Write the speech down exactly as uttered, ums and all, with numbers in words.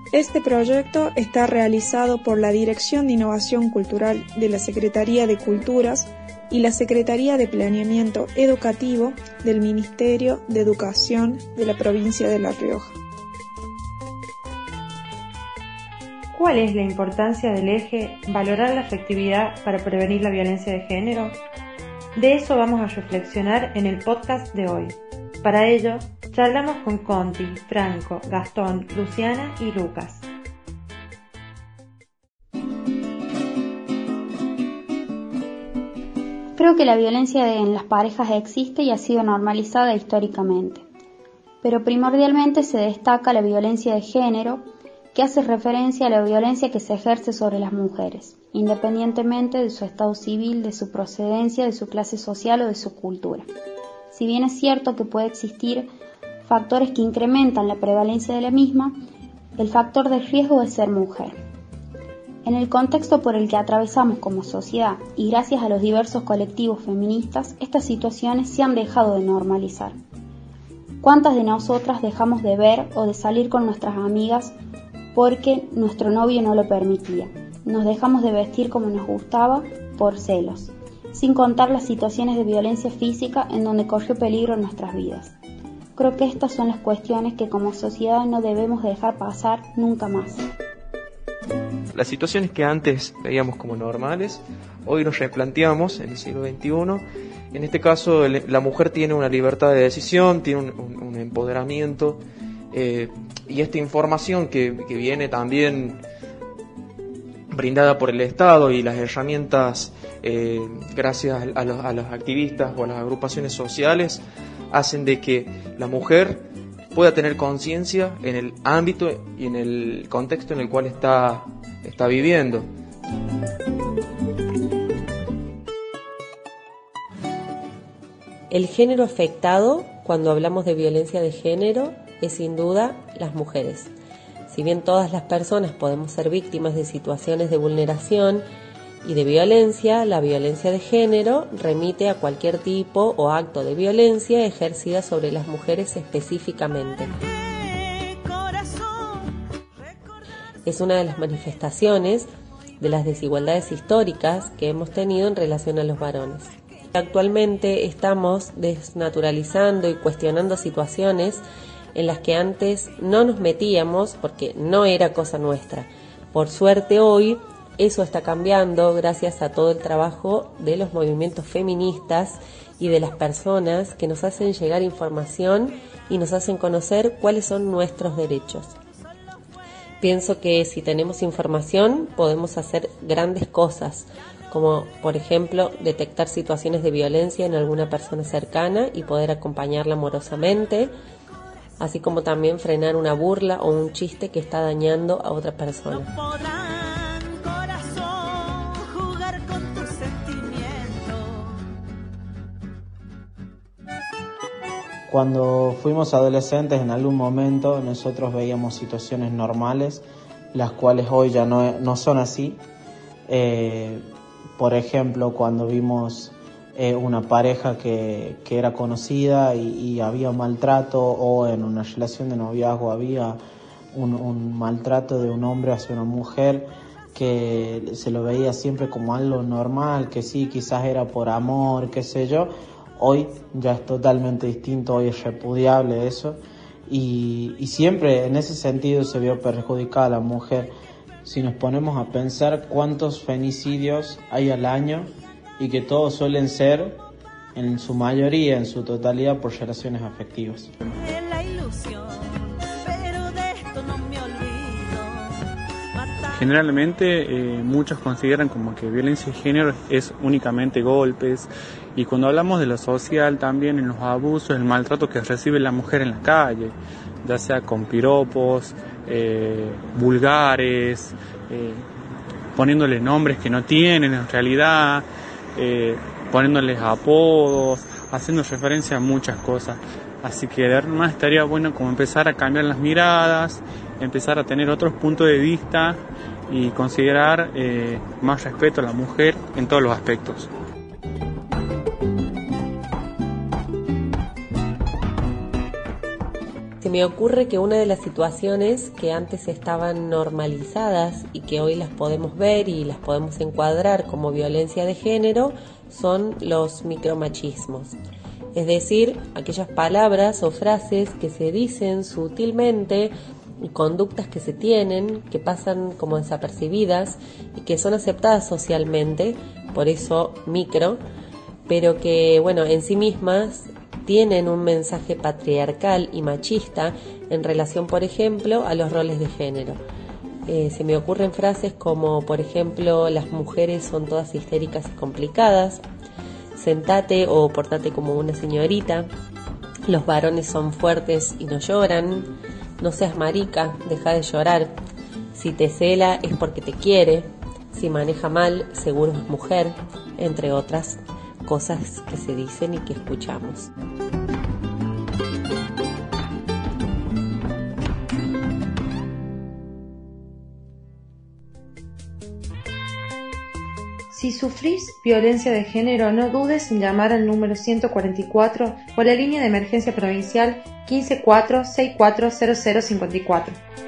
Este proyecto está realizado por la Dirección de Innovación Cultural de la Secretaría de Culturas y la Secretaría de Planeamiento Educativo del Ministerio de Educación de la provincia de La Rioja. ¿Cuál es la importancia del eje valorar la afectividad para prevenir la violencia de género? De eso vamos a reflexionar en el podcast de hoy. Para ello, charlamos con Conti, Franco, Gastón, Luciana y Lucas. Creo que la violencia en las parejas existe y ha sido normalizada históricamente, pero primordialmente se destaca la violencia de género, que hace referencia a la violencia que se ejerce sobre las mujeres, independientemente de su estado civil, de su procedencia, de su clase social o de su cultura. Si bien es cierto que puede existir factores que incrementan la prevalencia de la misma, el factor de riesgo es ser mujer. En el contexto por el que atravesamos como sociedad y gracias a los diversos colectivos feministas, estas situaciones se han dejado de normalizar. ¿Cuántas de nosotras dejamos de ver o de salir con nuestras amigas porque nuestro novio no lo permitía? Nos dejamos de vestir como nos gustaba por celos, sin contar las situaciones de violencia física en donde corrió peligro nuestras vidas. Creo que estas son las cuestiones que como sociedad no debemos dejar pasar nunca más. Las situaciones que antes veíamos como normales, hoy nos replanteamos en el siglo veintiuno. En este caso, la mujer tiene una libertad de decisión, tiene un, un, un empoderamiento, eh, y esta información que, que viene también brindada por el Estado y las herramientas, eh, gracias a los, a los activistas o a las agrupaciones sociales, hacen de que la mujer pueda tener conciencia en el ámbito y en el contexto en el cual está, está viviendo. El género afectado, cuando hablamos de violencia de género, es sin duda las mujeres. Si bien todas las personas podemos ser víctimas de situaciones de vulneración y de violencia, la violencia de género remite a cualquier tipo o acto de violencia ejercida sobre las mujeres específicamente. Es una de las manifestaciones de las desigualdades históricas que hemos tenido en relación a los varones. Actualmente estamos desnaturalizando y cuestionando situaciones en las que antes no nos metíamos porque no era cosa nuestra. Por suerte hoy eso está cambiando gracias a todo el trabajo de los movimientos feministas y de las personas que nos hacen llegar información y nos hacen conocer cuáles son nuestros derechos. Pienso que si tenemos información podemos hacer grandes cosas, como por ejemplo detectar situaciones de violencia en alguna persona cercana y poder acompañarla amorosamente, así como también frenar una burla o un chiste que está dañando a otra persona. Cuando fuimos adolescentes, en algún momento nosotros veíamos situaciones normales, las cuales hoy ya no, no son así. Eh, por ejemplo, cuando vimos eh, una pareja que, que era conocida y, y había maltrato, o en una relación de noviazgo había un, un maltrato de un hombre hacia una mujer, que se lo veía siempre como algo normal, que sí, quizás era por amor, qué sé yo. Hoy ya es totalmente distinto, hoy es repudiable eso, y, y siempre en ese sentido se vio perjudicada la mujer. Si nos ponemos a pensar cuántos femicidios hay al año y que todos suelen ser, en su mayoría, en su totalidad, por relaciones afectivas. Generalmente eh, muchos consideran como que violencia de género es únicamente golpes, y cuando hablamos de lo social también en los abusos, el maltrato que recibe la mujer en la calle, ya sea con piropos, eh, vulgares, eh, poniéndole nombres que no tienen en realidad, eh, poniéndoles apodos, haciendo referencia a muchas cosas. Así que de verdad estaría bueno como empezar a cambiar las miradas, empezar a tener otros puntos de vista y considerar eh, más respeto a la mujer en todos los aspectos. Se me ocurre que una de las situaciones que antes estaban normalizadas y que hoy las podemos ver y las podemos encuadrar como violencia de género son los micromachismos. Es decir, aquellas palabras o frases que se dicen sutilmente y conductas que se tienen, que pasan como desapercibidas y que son aceptadas socialmente, por eso micro, pero que, bueno, en sí mismas tienen un mensaje patriarcal y machista en relación, por ejemplo, a los roles de género. Eh, se me ocurren frases como, por ejemplo, las mujeres son todas histéricas y complicadas, sentate o portate como una señorita, los varones son fuertes y no lloran, no seas marica, deja de llorar, si te cela es porque te quiere, si maneja mal seguro es mujer, entre otras cosas que se dicen y que escuchamos. Si sufrís violencia de género, no dudes en llamar al número ciento cuarenta y cuatro o a la línea de emergencia provincial uno cinco cuatro seis cuatro cero cero cinco cuatro.